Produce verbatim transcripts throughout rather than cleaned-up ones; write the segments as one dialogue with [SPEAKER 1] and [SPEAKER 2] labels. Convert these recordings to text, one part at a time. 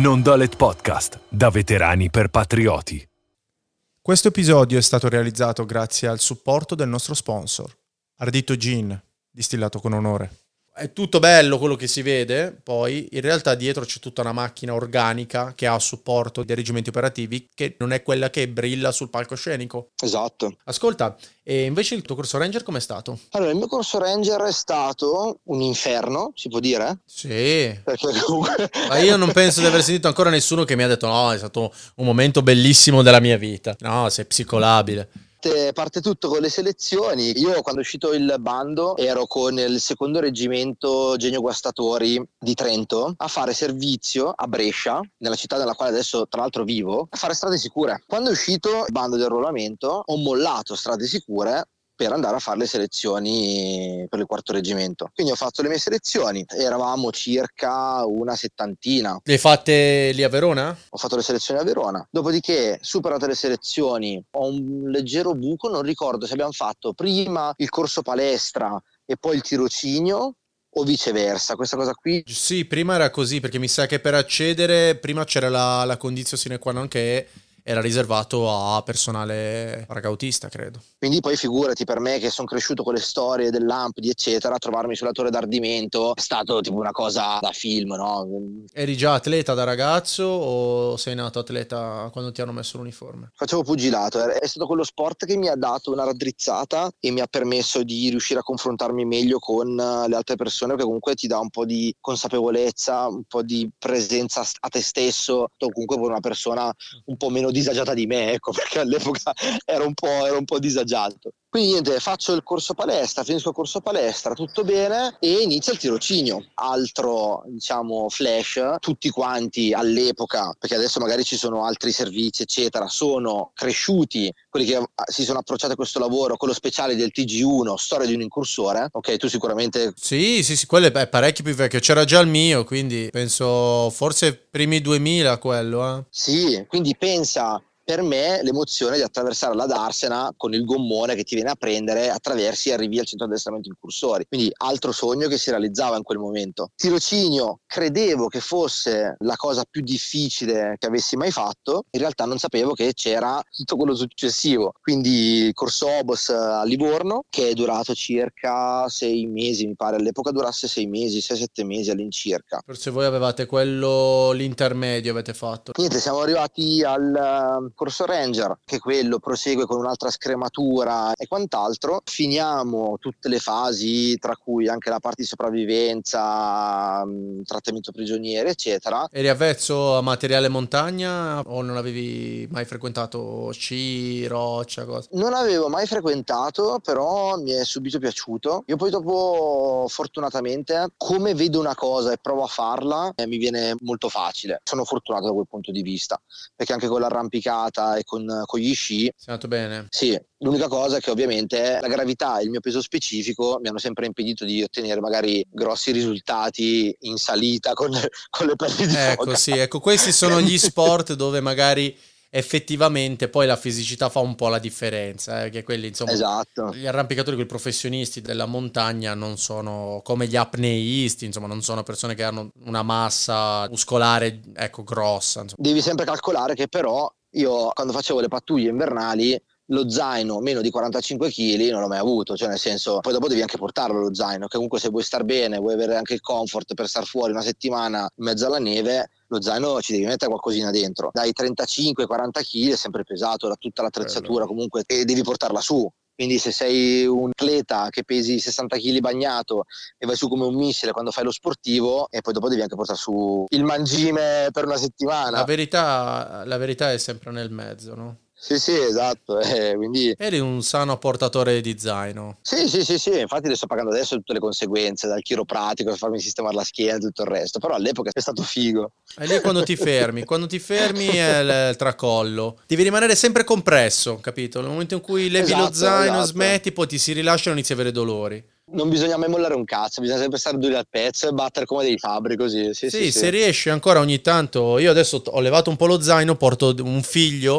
[SPEAKER 1] Non-Dolet Podcast, da veterani per patrioti.
[SPEAKER 2] Questo episodio è stato realizzato grazie al supporto del nostro sponsor, Ardito Gin, distillato con onore.
[SPEAKER 3] È tutto bello quello che si vede, poi in realtà dietro c'è tutta una macchina organica che ha a supporto dei reggimenti operativi, che non è quella che brilla sul palcoscenico.
[SPEAKER 4] Esatto.
[SPEAKER 3] Ascolta, e invece il tuo corso Ranger com'è stato?
[SPEAKER 4] Allora, il mio corso Ranger è stato un inferno, si può dire?
[SPEAKER 3] Sì.
[SPEAKER 4] Perché comunque...
[SPEAKER 3] Ma io non penso di aver sentito ancora nessuno che mi ha detto no, è stato un momento bellissimo della mia vita. No, sei psicolabile.
[SPEAKER 4] Parte tutto con le selezioni. Io quando è uscito il bando ero con il secondo reggimento Genio Guastatori di Trento a fare servizio a Brescia, nella città nella quale adesso tra l'altro vivo, a fare strade sicure. Quando è uscito il bando del arruolamento ho mollato strade sicure per andare a fare le selezioni per il quarto reggimento. Quindi ho fatto le mie selezioni, eravamo circa una settantina.
[SPEAKER 3] Le hai fatte lì a Verona?
[SPEAKER 4] Ho fatto le selezioni a Verona, dopodiché superate le selezioni ho un leggero buco, non ricordo se abbiamo fatto prima il corso palestra e poi il tirocinio o viceversa, questa cosa qui.
[SPEAKER 3] Sì, prima era così, perché mi sa che per accedere prima c'era la, la condizione sine qua non che era riservato a personale paracautista, credo.
[SPEAKER 4] Quindi poi figurati, per me che sono cresciuto con le storie dell'A M P, di eccetera, trovarmi sulla torre d'ardimento è stato tipo una cosa da film, no?
[SPEAKER 3] Eri già atleta da ragazzo o sei nato atleta quando ti hanno messo l'uniforme?
[SPEAKER 4] Facevo pugilato, è stato quello sport che mi ha dato una raddrizzata e mi ha permesso di riuscire a confrontarmi meglio con le altre persone, perché comunque ti dà un po' di consapevolezza, un po' di presenza a te stesso, o comunque per una persona un po' meno disagiata di me, ecco, perché all'epoca ero un po', ero un po' disagiato. Quindi niente, faccio il corso palestra, finisco il corso palestra, tutto bene, e inizia il tirocinio. Altro, diciamo, flash, tutti quanti all'epoca, perché adesso magari ci sono altri servizi, eccetera, sono cresciuti, quelli che si sono approcciati a questo lavoro con lo speciale del T G uno, storia di un incursore. Ok, tu sicuramente...
[SPEAKER 3] Sì, sì, sì, quello è parecchio più vecchio, c'era già il mio, quindi penso forse primi duemila quello, eh.
[SPEAKER 4] Sì, quindi pensa... Per me l'emozione di attraversare la Darsena con il gommone che ti viene a prendere, attraversi e arrivi al centro addestramento incursori. Quindi altro sogno che si realizzava in quel momento. Tirocinio, credevo che fosse la cosa più difficile che avessi mai fatto, in realtà non sapevo che c'era tutto quello successivo. Quindi corso Obos a Livorno, che è durato circa sei mesi, mi pare all'epoca durasse sei mesi, sei sette mesi all'incirca.
[SPEAKER 3] Forse voi avevate quello, l'intermedio avete fatto.
[SPEAKER 4] Niente, siamo arrivati al corso Ranger, che quello prosegue con un'altra scrematura e quant'altro. Finiamo tutte le fasi, tra cui anche la parte di sopravvivenza, trattamento prigionieri, eccetera.
[SPEAKER 3] Eri avvezzo a materiale montagna o non avevi mai frequentato sci, roccia, cosa?
[SPEAKER 4] Non avevo mai frequentato, però mi è subito piaciuto. Io poi dopo, fortunatamente, come vedo una cosa e provo a farla, eh, mi viene molto facile. Sono fortunato da quel punto di vista, perché anche con l'arrampicata e con, con gli sci
[SPEAKER 3] sei andato bene?
[SPEAKER 4] Sì, l'unica cosa è che ovviamente la gravità e il mio peso specifico mi hanno sempre impedito di ottenere magari grossi risultati in salita con, con le pelli di
[SPEAKER 3] ecco,
[SPEAKER 4] foca.
[SPEAKER 3] Sì, ecco, questi sono gli sport dove magari effettivamente poi la fisicità fa un po' la differenza, eh, che quelli, insomma,
[SPEAKER 4] esatto.
[SPEAKER 3] Gli arrampicatori, quei professionisti della montagna non sono come gli apneisti, insomma, non sono persone che hanno una massa muscolare, ecco, grossa, insomma.
[SPEAKER 4] Devi sempre calcolare che però io quando facevo le pattuglie invernali lo zaino meno di quarantacinque chili non l'ho mai avuto, cioè nel senso, poi dopo devi anche portarlo lo zaino, che comunque se vuoi star bene, vuoi avere anche il comfort per star fuori una settimana in mezzo alla neve, lo zaino ci devi mettere qualcosina dentro. Dai trentacinque ai quaranta chili è sempre pesato, da tutta l'attrezzatura comunque, e devi portarla su. Quindi se sei un atleta che pesi sessanta chili bagnato e vai su come un missile quando fai lo sportivo, e poi dopo devi anche portare su il mangime per una settimana.
[SPEAKER 3] La verità, la verità è sempre nel mezzo, no?
[SPEAKER 4] Sì, sì, esatto. Eh, quindi...
[SPEAKER 3] Eri un sano portatore di zaino.
[SPEAKER 4] Sì, sì, sì, sì, infatti le sto pagando adesso tutte le conseguenze, dal chiropratico a farmi sistemare la schiena e tutto il resto, però all'epoca è stato figo.
[SPEAKER 3] E lì quando ti fermi, quando ti fermi è il, il tracollo. Devi rimanere sempre compresso, capito? Nel momento in cui levi
[SPEAKER 4] esatto,
[SPEAKER 3] lo zaino,
[SPEAKER 4] esatto.
[SPEAKER 3] smetti, poi ti si rilascia e inizi a avere dolori.
[SPEAKER 4] Non bisogna mai mollare un cazzo, bisogna sempre stare duri al pezzo e battere come dei fabbri così. Sì,
[SPEAKER 3] Sì,
[SPEAKER 4] sì,
[SPEAKER 3] se
[SPEAKER 4] sì.
[SPEAKER 3] riesci ancora ogni tanto. Io adesso ho levato un po' lo zaino, porto un figlio,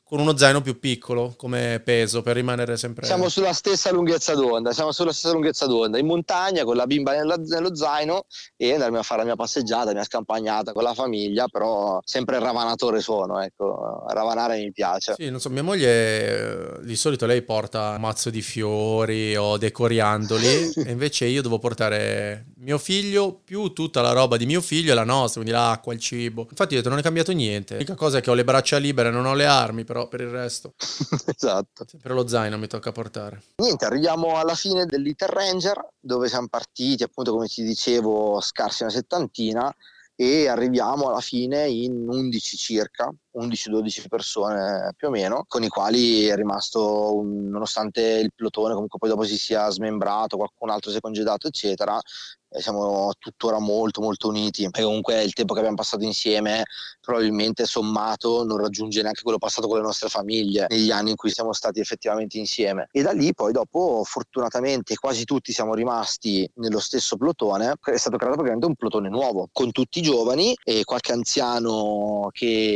[SPEAKER 3] con uno zaino più piccolo come peso per rimanere sempre...
[SPEAKER 4] Siamo sulla stessa lunghezza d'onda, siamo sulla stessa lunghezza d'onda, in montagna con la bimba nella, nello zaino e andarmi a fare la mia passeggiata, la mia scampagnata con la famiglia, però sempre il ravanatore sono, ecco, ravanare mi piace.
[SPEAKER 3] Sì, non so, mia moglie di solito lei porta un mazzo di fiori o dei coriandoli e invece io devo portare mio figlio più tutta la roba di mio figlio e la nostra, quindi l'acqua, il cibo. Infatti io ho detto non è cambiato niente, l'unica cosa è che ho le braccia libere, non ho le armi, però per il resto
[SPEAKER 4] Esatto.
[SPEAKER 3] sempre lo zaino mi tocca portare.
[SPEAKER 4] Niente, arriviamo alla fine dell'Iter Ranger, dove siamo partiti appunto, come ti dicevo, scarsi una settantina, e arriviamo alla fine in undici circa, undici dodici persone più o meno, con i quali è rimasto, un, nonostante il plotone comunque poi dopo si sia smembrato, qualcun altro si è congedato eccetera, e siamo tuttora molto molto uniti, e comunque il tempo che abbiamo passato insieme probabilmente sommato non raggiunge neanche quello passato con le nostre famiglie negli anni in cui siamo stati effettivamente insieme. E da lì poi dopo fortunatamente quasi tutti siamo rimasti nello stesso plotone. È stato creato praticamente un plotone nuovo con tutti i giovani e qualche anziano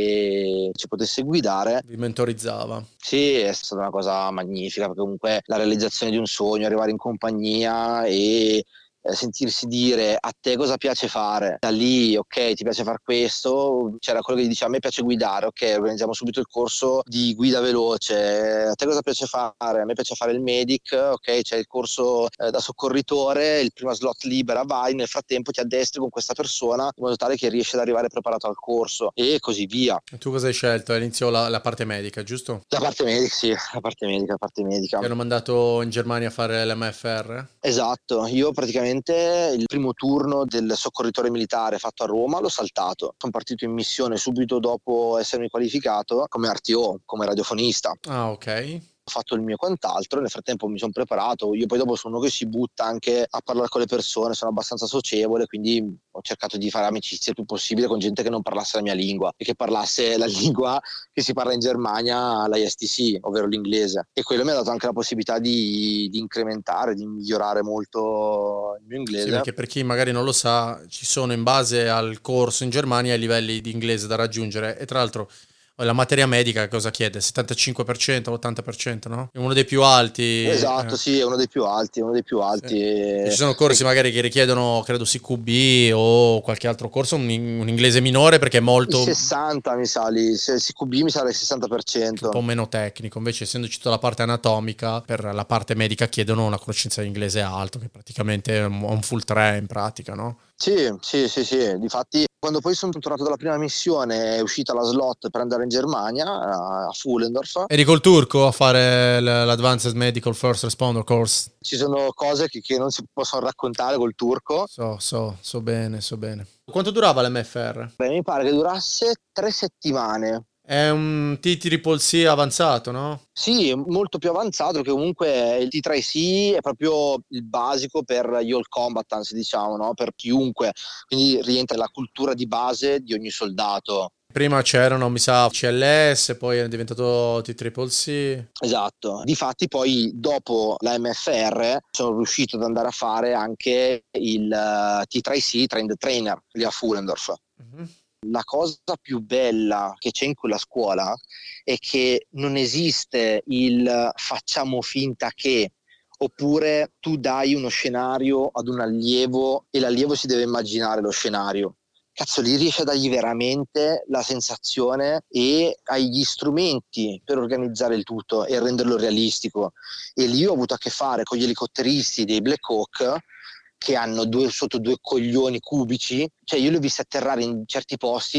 [SPEAKER 4] che ci potesse guidare.
[SPEAKER 3] Vi mentorizzava.
[SPEAKER 4] Sì, è stata una cosa magnifica, perché comunque la realizzazione di un sogno, arrivare in compagnia e sentirsi dire a te cosa piace fare, da lì ok ti piace far questo, c'era quello che diceva a me piace guidare, ok organizziamo subito il corso di guida veloce, a te cosa piace fare, a me piace fare il medic, ok c'è il corso eh, da soccorritore, il prima slot libera, vai, nel frattempo ti addestri con questa persona in modo tale che riesci ad arrivare preparato al corso e così via.
[SPEAKER 3] E tu cosa hai scelto? All'inizio la, la parte medica, giusto?
[SPEAKER 4] La parte medica, sì, la parte medica, la parte medica.
[SPEAKER 3] Ti hanno mandato in Germania a fare l'M F R?
[SPEAKER 4] Esatto, io praticamente il primo turno del soccorritore militare fatto a Roma l'ho saltato. Sono partito in missione subito dopo essermi qualificato come R T O, come radiofonista.
[SPEAKER 3] Ah, ok.
[SPEAKER 4] Ho fatto il mio quant'altro, nel frattempo mi sono preparato, io poi dopo sono uno che si butta anche a parlare con le persone, sono abbastanza socievole, quindi ho cercato di fare amicizie il più possibile con gente che non parlasse la mia lingua e che parlasse la lingua che si parla in Germania, l'I S T C, ovvero l'inglese, e quello mi ha dato anche la possibilità di, di incrementare, di migliorare molto il mio inglese.
[SPEAKER 3] Sì, perché per chi magari non lo sa, ci sono in base al corso in Germania i livelli di inglese da raggiungere e tra l'altro la materia medica cosa chiede? settantacinque per cento, ottanta per cento, no? È uno dei più alti.
[SPEAKER 4] Esatto, eh. Sì, è uno dei più alti, uno dei più alti.
[SPEAKER 3] Sì.
[SPEAKER 4] E...
[SPEAKER 3] Ci sono corsi magari che richiedono, credo, C Q B o qualche altro corso, un, un inglese minore perché è molto...
[SPEAKER 4] Il sessanta mi sa lì, C Q B mi sa il sessanta per cento.
[SPEAKER 3] Un po' meno tecnico, invece essendoci tutta la parte anatomica, per la parte medica chiedono una conoscenza di inglese alto, che praticamente è un full tre in pratica, no?
[SPEAKER 4] Sì, sì, sì, sì, difatti quando poi sono tornato dalla prima missione è uscita la slot per andare in Germania a Fuhlendorf.
[SPEAKER 3] Eri col turco a fare l'Advanced Medical First Responder Course?
[SPEAKER 4] Ci sono cose che, che non si possono raccontare col turco.
[SPEAKER 3] So, so, so bene, so bene. Quanto durava l'M F R?
[SPEAKER 4] Beh, mi pare che durasse tre settimane.
[SPEAKER 3] È un T Triple C avanzato, no?
[SPEAKER 4] Sì, molto più avanzato, che comunque il T tre C è proprio il basico per gli all combatants, diciamo, no? Per chiunque. Quindi rientra la cultura di base di ogni soldato.
[SPEAKER 3] Prima c'erano, mi sa, C L S, poi è diventato T Triple C.
[SPEAKER 4] Esatto. Difatti poi dopo la M F R sono riuscito ad andare a fare anche il T tre C, Train the Trainer, lì a Fuhlendorf. Mm-hmm. La cosa più bella che c'è in quella scuola è che non esiste il facciamo finta che, oppure tu dai uno scenario ad un allievo e l'allievo si deve immaginare lo scenario. Cazzo, lì riesce a dargli veramente la sensazione e hai gli strumenti per organizzare il tutto e renderlo realistico. E lì ho avuto a che fare con gli elicotteristi dei Black Hawk, che hanno due, sotto due coglioni cubici, cioè io li ho visti atterrare in certi posti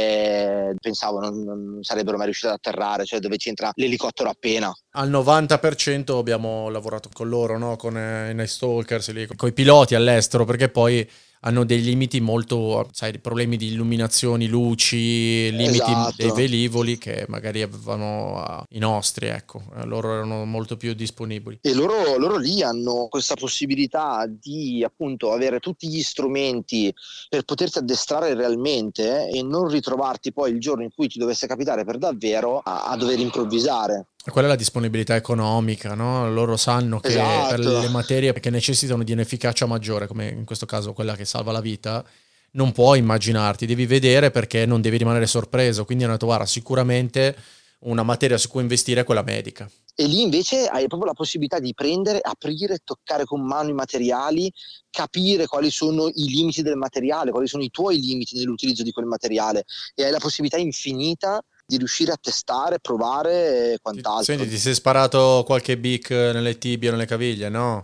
[SPEAKER 4] dove pensavo non, non sarebbero mai riusciti ad atterrare, cioè dove c'entra l'elicottero appena.
[SPEAKER 3] Al novanta per cento abbiamo lavorato con loro, no? Con eh, i Night Stalkers, lì, con i piloti all'estero, perché poi hanno dei limiti molto, sai, problemi di illuminazioni, luci, limiti
[SPEAKER 4] esatto.
[SPEAKER 3] dei velivoli che magari avevano uh, i nostri, ecco, loro erano molto più disponibili.
[SPEAKER 4] E loro, loro lì hanno questa possibilità di appunto avere tutti gli strumenti per poterti addestrare realmente e non ritrovarti poi il giorno in cui ti dovesse capitare per davvero a, a dover improvvisare.
[SPEAKER 3] Quella è la disponibilità economica, no? Loro sanno che
[SPEAKER 4] esatto.
[SPEAKER 3] per le materie che necessitano di un'efficacia maggiore, come in questo caso quella che salva la vita, non puoi immaginarti, devi vedere perché non devi rimanere sorpreso. Quindi hanno detto, guarda, sicuramente una materia su cui investire è quella medica.
[SPEAKER 4] E lì invece hai proprio la possibilità di prendere, aprire, toccare con mano i materiali, capire quali sono i limiti del materiale, quali sono i tuoi limiti nell'utilizzo di quel materiale, e hai la possibilità infinita di riuscire a testare, provare e quant'altro.
[SPEAKER 3] Senti, ti sei sparato qualche bic nelle tibie o nelle caviglie, no?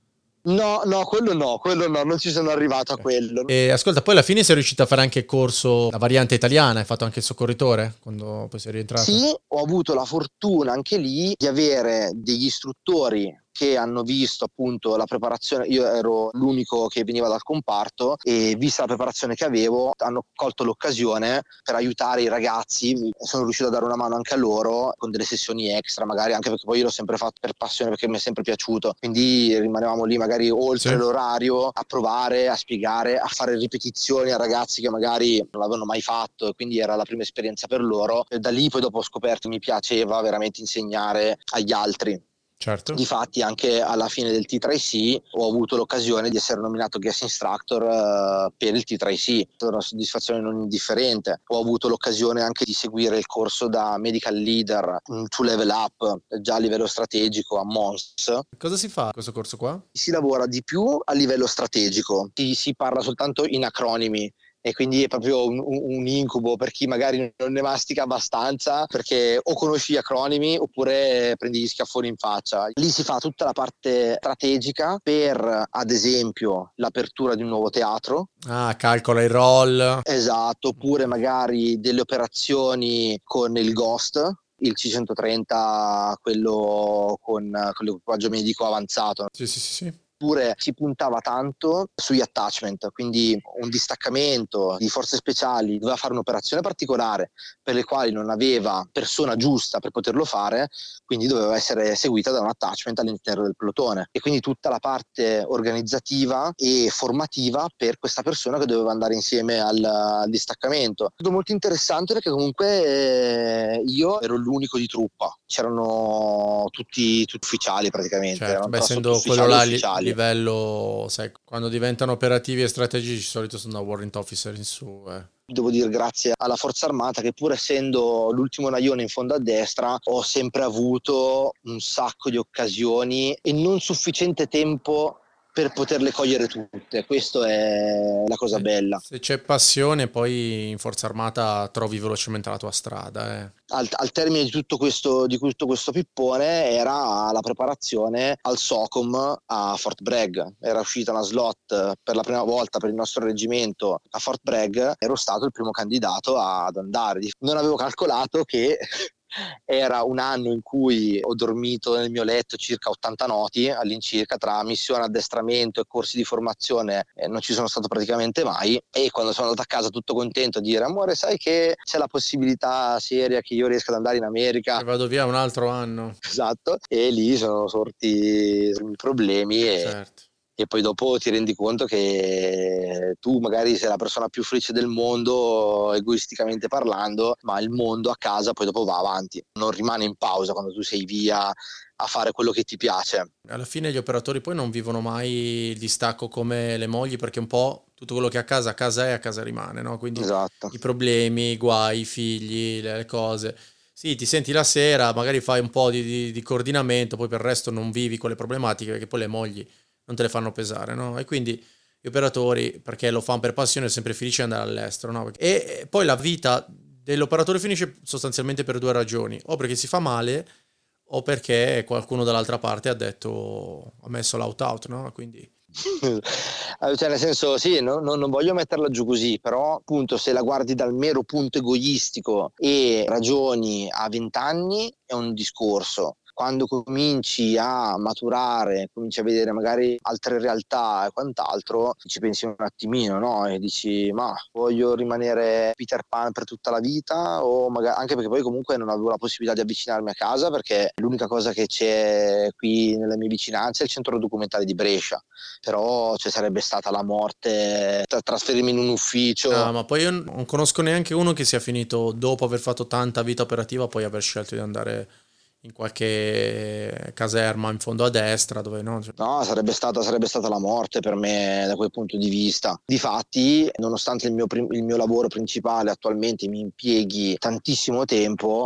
[SPEAKER 4] No, no, quello no, quello no, non ci sono arrivato a quello.
[SPEAKER 3] E ascolta, poi alla fine sei riuscito a fare anche il corso, la variante italiana, hai fatto anche il soccorritore quando poi sei rientrato?
[SPEAKER 4] Sì, ho avuto la fortuna anche lì di avere degli istruttori che hanno visto appunto la preparazione. Io ero l'unico che veniva dal comparto e vista la preparazione che avevo hanno colto l'occasione per aiutare i ragazzi. Sono riuscito a dare una mano anche a loro con delle sessioni extra, magari, anche perché poi io l'ho sempre fatto per passione, perché mi è sempre piaciuto, quindi rimanevamo lì magari oltre
[SPEAKER 3] sì.
[SPEAKER 4] l'orario a provare, a spiegare, a fare ripetizioni a ragazzi che magari non l'avevano mai fatto e quindi era la prima esperienza per loro, e da lì poi dopo ho scoperto che mi piaceva veramente insegnare agli altri.
[SPEAKER 3] Certo.
[SPEAKER 4] Difatti anche alla fine del T tre C ho avuto l'occasione di essere nominato guest instructor uh, per il T tre C, è stata una soddisfazione non indifferente. Ho avuto l'occasione anche di seguire il corso da medical leader to level up, già a livello strategico a Mons.
[SPEAKER 3] Cosa si fa questo corso qua?
[SPEAKER 4] Si lavora di più a livello strategico, si, si parla soltanto in acronimi, e quindi è proprio un, un incubo per chi magari non ne mastica abbastanza, perché o conosci gli acronimi oppure prendi gli schiaffoni in faccia. Lì si fa tutta la parte strategica per, ad esempio, l'apertura di un nuovo teatro.
[SPEAKER 3] Ah, calcola il roll.
[SPEAKER 4] Esatto, oppure magari delle operazioni con il Ghost, il C centotrenta, quello con, con l'equipaggio medico avanzato.
[SPEAKER 3] Sì, sì, sì, sì.
[SPEAKER 4] Oppure si puntava tanto sugli attachment, quindi un distaccamento di forze speciali doveva fare un'operazione particolare per le quali non aveva persona giusta per poterlo fare, quindi doveva essere seguita da un attachment all'interno del plotone, e quindi tutta la parte organizzativa e formativa per questa persona che doveva andare insieme al, al distaccamento. È stato molto interessante perché comunque eh, io ero l'unico di truppa, c'erano tutti, tutti ufficiali praticamente.
[SPEAKER 3] Certo,
[SPEAKER 4] erano
[SPEAKER 3] beh,
[SPEAKER 4] tra
[SPEAKER 3] essendo quello
[SPEAKER 4] sottufficiali
[SPEAKER 3] là
[SPEAKER 4] e
[SPEAKER 3] li-
[SPEAKER 4] ufficiali.
[SPEAKER 3] livello, sai, quando diventano operativi e strategici di solito sono da warrant officer in su. Eh.
[SPEAKER 4] Devo dire grazie alla Forza Armata che, pur essendo l'ultimo naglione in fondo a destra, ho sempre avuto un sacco di occasioni e non sufficiente tempo per poterle cogliere tutte. Questo è la cosa
[SPEAKER 3] Se-
[SPEAKER 4] bella.
[SPEAKER 3] Se c'è passione, poi in Forza Armata trovi velocemente la tua strada. Eh.
[SPEAKER 4] Al, al termine di tutto questo di tutto questo pippone era la preparazione al SOCOM a Fort Bragg. Era uscita una slot per la prima volta per il nostro reggimento a Fort Bragg, ero stato il primo candidato ad andare. Non avevo calcolato che era un anno in cui ho dormito nel mio letto circa ottanta noti all'incirca, tra missione, addestramento e corsi di formazione eh, non ci sono stato praticamente mai, e quando sono andato a casa tutto contento a dire amore, sai che c'è la possibilità seria che io riesca ad andare in America
[SPEAKER 3] E vado via un altro anno.
[SPEAKER 4] esatto, e lì sono sorti i problemi e,
[SPEAKER 3] Certo.
[SPEAKER 4] e poi dopo ti rendi conto che tu magari sei la persona più felice del mondo egoisticamente parlando, ma il mondo a casa poi dopo va avanti, non rimane in pausa quando tu sei via a fare quello che ti piace.
[SPEAKER 3] Alla fine gli operatori poi non vivono mai il distacco come le mogli, perché un po' tutto quello che a casa a casa è, a casa rimane, no? Quindi
[SPEAKER 4] Esatto.
[SPEAKER 3] i problemi, i guai, i figli, le le cose. Sì, ti senti la sera, magari fai un po' di, di- di coordinamento, poi per il resto non vivi quelle problematiche perché poi le mogli non te le fanno pesare, no? E quindi gli operatori, perché lo fanno per passione, sono sempre felici di andare all'estero, no? E e poi la vita dell'operatore finisce sostanzialmente per due ragioni: o perché si fa male, o perché qualcuno dall'altra parte ha detto, ha messo l'out-out, no? Quindi
[SPEAKER 4] Cioè, nel senso, sì, no- no- non voglio metterla giù così, però appunto se la guardi dal mero punto egoistico e ragioni a vent'anni è un discorso. Quando cominci a maturare, cominci a vedere magari altre realtà e quant'altro, ci pensi un attimino, no? E dici, ma voglio rimanere Peter Pan per tutta la vita? O magari, anche perché poi comunque non avevo la possibilità di avvicinarmi a casa, perché l'unica cosa che c'è qui nelle mie vicinanze è il centro documentale di Brescia. Però ci sarebbe stata la morte, tra- trasferirmi in un ufficio.
[SPEAKER 3] no, ma poi io non conosco neanche uno che sia finito dopo aver fatto tanta vita operativa, poi aver scelto di andare in qualche caserma in fondo a destra, dove no? Cioè,
[SPEAKER 4] No, sarebbe stata, sarebbe stata la morte per me da quel punto di vista. Difatti, nonostante il mio, prim- il mio lavoro principale attualmente mi impieghi tantissimo tempo,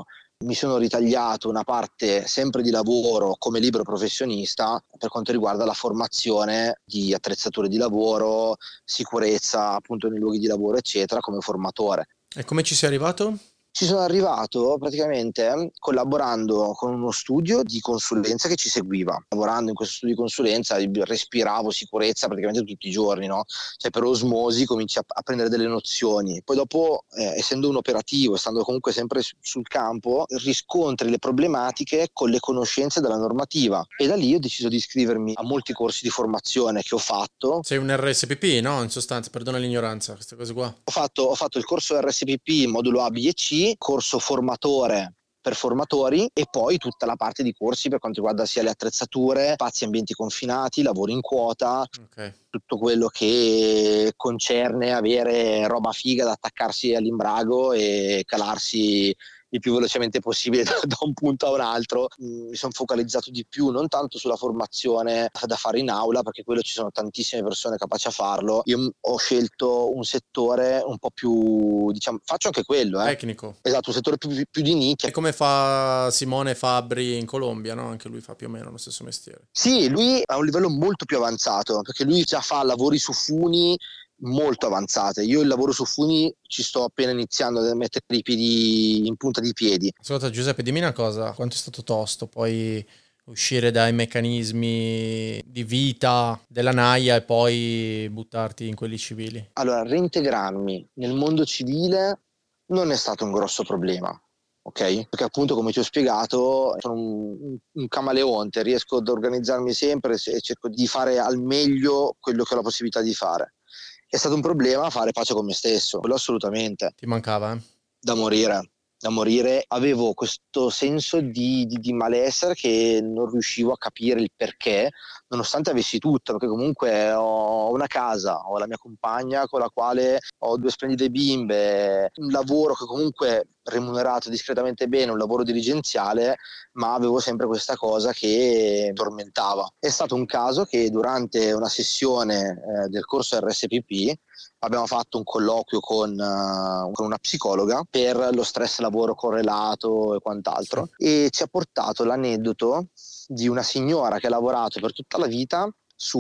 [SPEAKER 4] mi sono ritagliato una parte sempre di lavoro come libero professionista per quanto riguarda la formazione di attrezzature di lavoro, sicurezza appunto nei luoghi di lavoro eccetera, come formatore.
[SPEAKER 3] E come ci sei arrivato?
[SPEAKER 4] Ci sono arrivato praticamente collaborando con uno studio di consulenza che ci seguiva. Lavorando in questo studio di consulenza respiravo sicurezza praticamente tutti i giorni, no? Cioè per osmosi cominci a, a prendere delle nozioni. Poi dopo, eh, essendo un operativo, stando comunque sempre su, sul campo, riscontri le problematiche con le conoscenze della normativa. E da lì ho deciso di iscrivermi a molti corsi di formazione che ho fatto.
[SPEAKER 3] Sei un R S P P, no? In sostanza, perdona l'ignoranza, queste cose qua.
[SPEAKER 4] Ho fatto, ho fatto il corso R S P P modulo A, B e C, corso formatore per formatori e poi tutta la parte di corsi per quanto riguarda sia le attrezzature, spazi ambienti confinati, lavoro in quota,
[SPEAKER 3] okay.
[SPEAKER 4] Tutto quello che concerne avere roba figa da attaccarsi all'imbrago e calarsi il più velocemente possibile da, da un punto a un altro. Mi sono focalizzato di più non tanto sulla formazione da fare in aula, perché quello ci sono tantissime persone capaci a farlo. Io ho scelto un settore un po' più, diciamo, faccio anche quello eh.
[SPEAKER 3] tecnico.
[SPEAKER 4] Esatto, un settore più, più di nicchia.
[SPEAKER 3] E come fa Simone Fabbri in Colombia, no? Anche lui fa più o meno lo stesso mestiere.
[SPEAKER 4] Sì, lui ha un livello molto più avanzato, perché lui già fa lavori su funi molto avanzate. Io il lavoro su funi ci sto appena iniziando a mettere i piedi in punta di piedi.
[SPEAKER 3] Ascolta Giuseppe, dimmi una cosa, quanto è stato tosto poi uscire dai meccanismi di vita della naia e poi buttarti in quelli civili?
[SPEAKER 4] Allora, reintegrarmi nel mondo civile non è stato un grosso problema, ok? Perché appunto, come ti ho spiegato, sono un, un camaleonte, riesco ad organizzarmi sempre e cerco di fare al meglio quello che ho la possibilità di fare. È stato un problema fare pace con me stesso, quello assolutamente.
[SPEAKER 3] Ti mancava, eh?
[SPEAKER 4] Da morire, da morire. Avevo questo senso di, di, di malessere che non riuscivo a capire il perché, nonostante avessi tutto, perché comunque ho una casa, ho la mia compagna con la quale ho due splendide bimbe, un lavoro che comunque remunerato discretamente bene, un lavoro dirigenziale, ma avevo sempre questa cosa che tormentava. È stato un caso che durante una sessione eh, del corso R S P P abbiamo fatto un colloquio con, uh, con una psicologa per lo stress lavoro correlato e quant'altro, e ci ha portato l'aneddoto di una signora che ha lavorato per tutta la vita su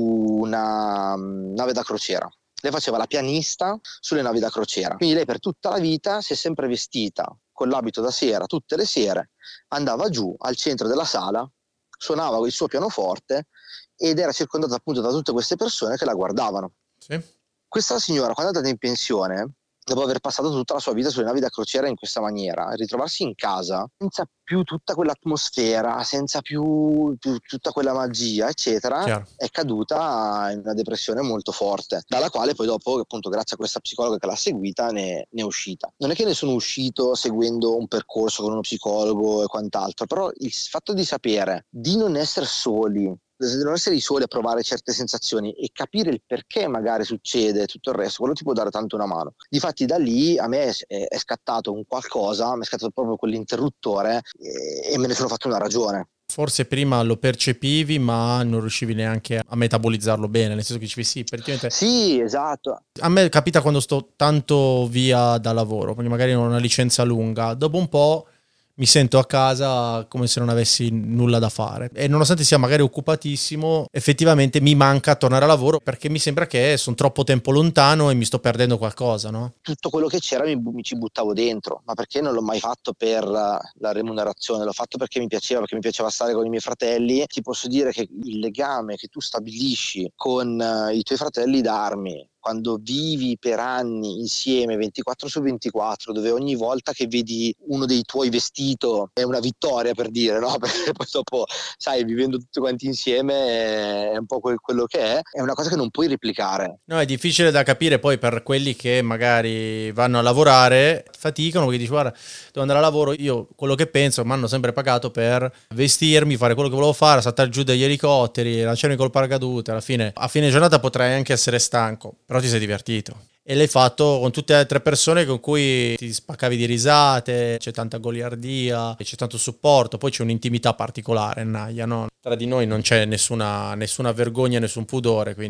[SPEAKER 4] una um, nave da crociera. Lei faceva la pianista sulle navi da crociera, quindi lei per tutta la vita si è sempre vestita con l'abito da sera tutte le sere, andava giù al centro della sala, suonava il suo pianoforte ed era circondata appunto da tutte queste persone che la guardavano.
[SPEAKER 3] Sì.
[SPEAKER 4] Questa signora, quando è andata in pensione, dopo aver passato tutta la sua vita sulle navi da crociera in questa maniera, ritrovarsi in casa senza più tutta quell'atmosfera, senza più, più tutta quella magia, eccetera,
[SPEAKER 3] Chiaro.
[SPEAKER 4] è caduta in una depressione molto forte, dalla quale poi dopo, appunto, grazie a questa psicologa che l'ha seguita, ne, ne è uscita. Non è che ne sono uscito seguendo un percorso con uno psicologo e quant'altro, però il fatto di sapere di non essere soli, di non essere i soli a provare certe sensazioni e capire il perché magari succede tutto il resto, quello ti può dare tanto una mano. Difatti da lì a me è, è scattato un qualcosa, mi è scattato proprio quell'interruttore e, e me ne sono fatto una ragione.
[SPEAKER 3] Forse prima lo percepivi ma non riuscivi neanche a metabolizzarlo bene, nel senso che dicevi sì, praticamente...
[SPEAKER 4] Sì, esatto.
[SPEAKER 3] A me capita quando sto tanto via da lavoro, perché magari non ho una licenza lunga, dopo un po' mi sento a casa come se non avessi nulla da fare e nonostante sia magari occupatissimo effettivamente mi manca tornare a lavoro perché mi sembra che sono troppo tempo lontano e mi sto perdendo qualcosa, no?
[SPEAKER 4] Tutto quello che c'era mi, mi ci buttavo dentro, ma perché non l'ho mai fatto per la, la remunerazione, l'ho fatto perché mi piaceva, perché mi piaceva stare con i miei fratelli. Ti posso dire che il legame che tu stabilisci con uh, i tuoi fratelli d'armi, quando vivi per anni insieme ventiquattro su ventiquattro, dove ogni volta che vedi uno dei tuoi vestito è una vittoria, per dire, no? Perché poi dopo, sai, vivendo tutti quanti insieme è un po' quel, quello che è, è una cosa che non puoi replicare.
[SPEAKER 3] No, è difficile da capire poi per quelli che magari vanno a lavorare, faticano perché dici guarda, devo andare a lavoro, io quello che penso, mi hanno sempre pagato per vestirmi, fare quello che volevo fare, saltare giù dagli elicotteri, lanciarmi col paracadute, alla fine, a fine giornata potrai anche essere stanco, però ti sei divertito e l'hai fatto con tutte le altre persone con cui ti spaccavi di risate, c'è tanta goliardia, c'è tanto supporto, poi c'è un'intimità particolare, Naia, no? Tra di noi non c'è nessuna, nessuna vergogna, nessun pudore, quindi...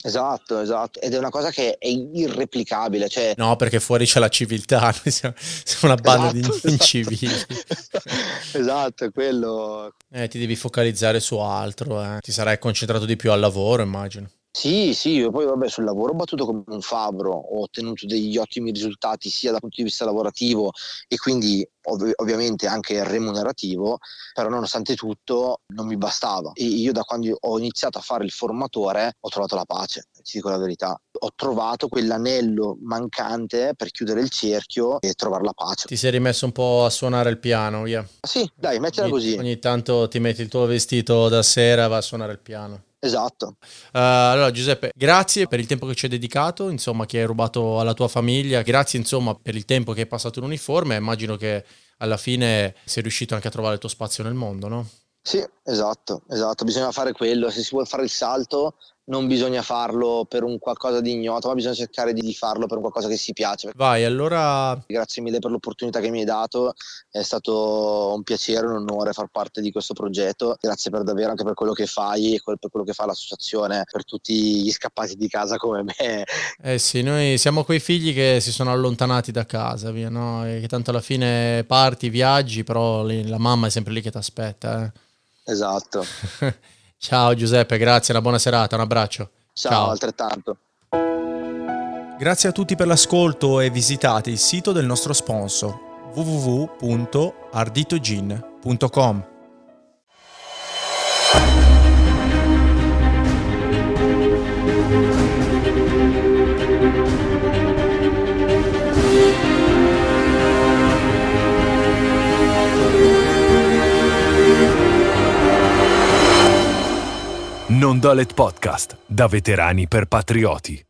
[SPEAKER 4] Esatto, esatto, ed è una cosa che è irreplicabile, cioè...
[SPEAKER 3] No, perché fuori c'è la civiltà, noi siamo, siamo una banda
[SPEAKER 4] Esatto,
[SPEAKER 3] di incivili.
[SPEAKER 4] Esatto, è quello.
[SPEAKER 3] Eh, ti devi focalizzare su altro, eh. Ti sarai concentrato di più al lavoro, immagino.
[SPEAKER 4] Sì, sì, io poi vabbè sul lavoro ho battuto come un fabbro, ho ottenuto degli ottimi risultati sia dal punto di vista lavorativo e quindi ov- ovviamente anche remunerativo, però nonostante tutto non mi bastava. E io da quando ho iniziato a fare il formatore ho trovato la pace, ti dico la verità. Ho trovato quell'anello mancante per chiudere il cerchio e trovare la pace.
[SPEAKER 3] Ti sei rimesso un po' a suonare il piano, via.
[SPEAKER 4] Sì, dai, mettila
[SPEAKER 3] ogni,
[SPEAKER 4] così.
[SPEAKER 3] Ogni tanto ti metti il tuo vestito da sera e vai a suonare il piano.
[SPEAKER 4] Esatto.
[SPEAKER 3] Uh, allora Giuseppe, grazie per il tempo che ci hai dedicato, insomma, che hai rubato alla tua famiglia, grazie insomma per il tempo che hai passato in uniforme, immagino che alla fine sei riuscito anche a trovare il tuo spazio nel mondo, no?
[SPEAKER 4] Sì, esatto, esatto, bisogna fare quello, se si vuole fare il salto non bisogna farlo per un qualcosa di ignoto, ma bisogna cercare di farlo per un qualcosa che si piace.
[SPEAKER 3] Vai, allora...
[SPEAKER 4] Grazie mille per l'opportunità che mi hai dato, è stato un piacere, un onore far parte di questo progetto, grazie per davvero anche per quello che fai e per quello che fa l'associazione, per tutti gli scappati di casa come me.
[SPEAKER 3] Eh sì, noi siamo quei figli che si sono allontanati da casa, via, no? E che tanto alla fine parti, viaggi, però lì, la mamma è sempre lì che ti aspetta, eh.
[SPEAKER 4] Esatto.
[SPEAKER 3] Ciao Giuseppe, grazie, una buona serata, un abbraccio.
[SPEAKER 4] Ciao,
[SPEAKER 3] Ciao.
[SPEAKER 4] altrettanto.
[SPEAKER 2] Grazie a tutti per l'ascolto e visitate il sito del nostro sponsor w w w punto arditogin punto com.
[SPEAKER 1] Non Dolet Podcast, da veterani per patrioti.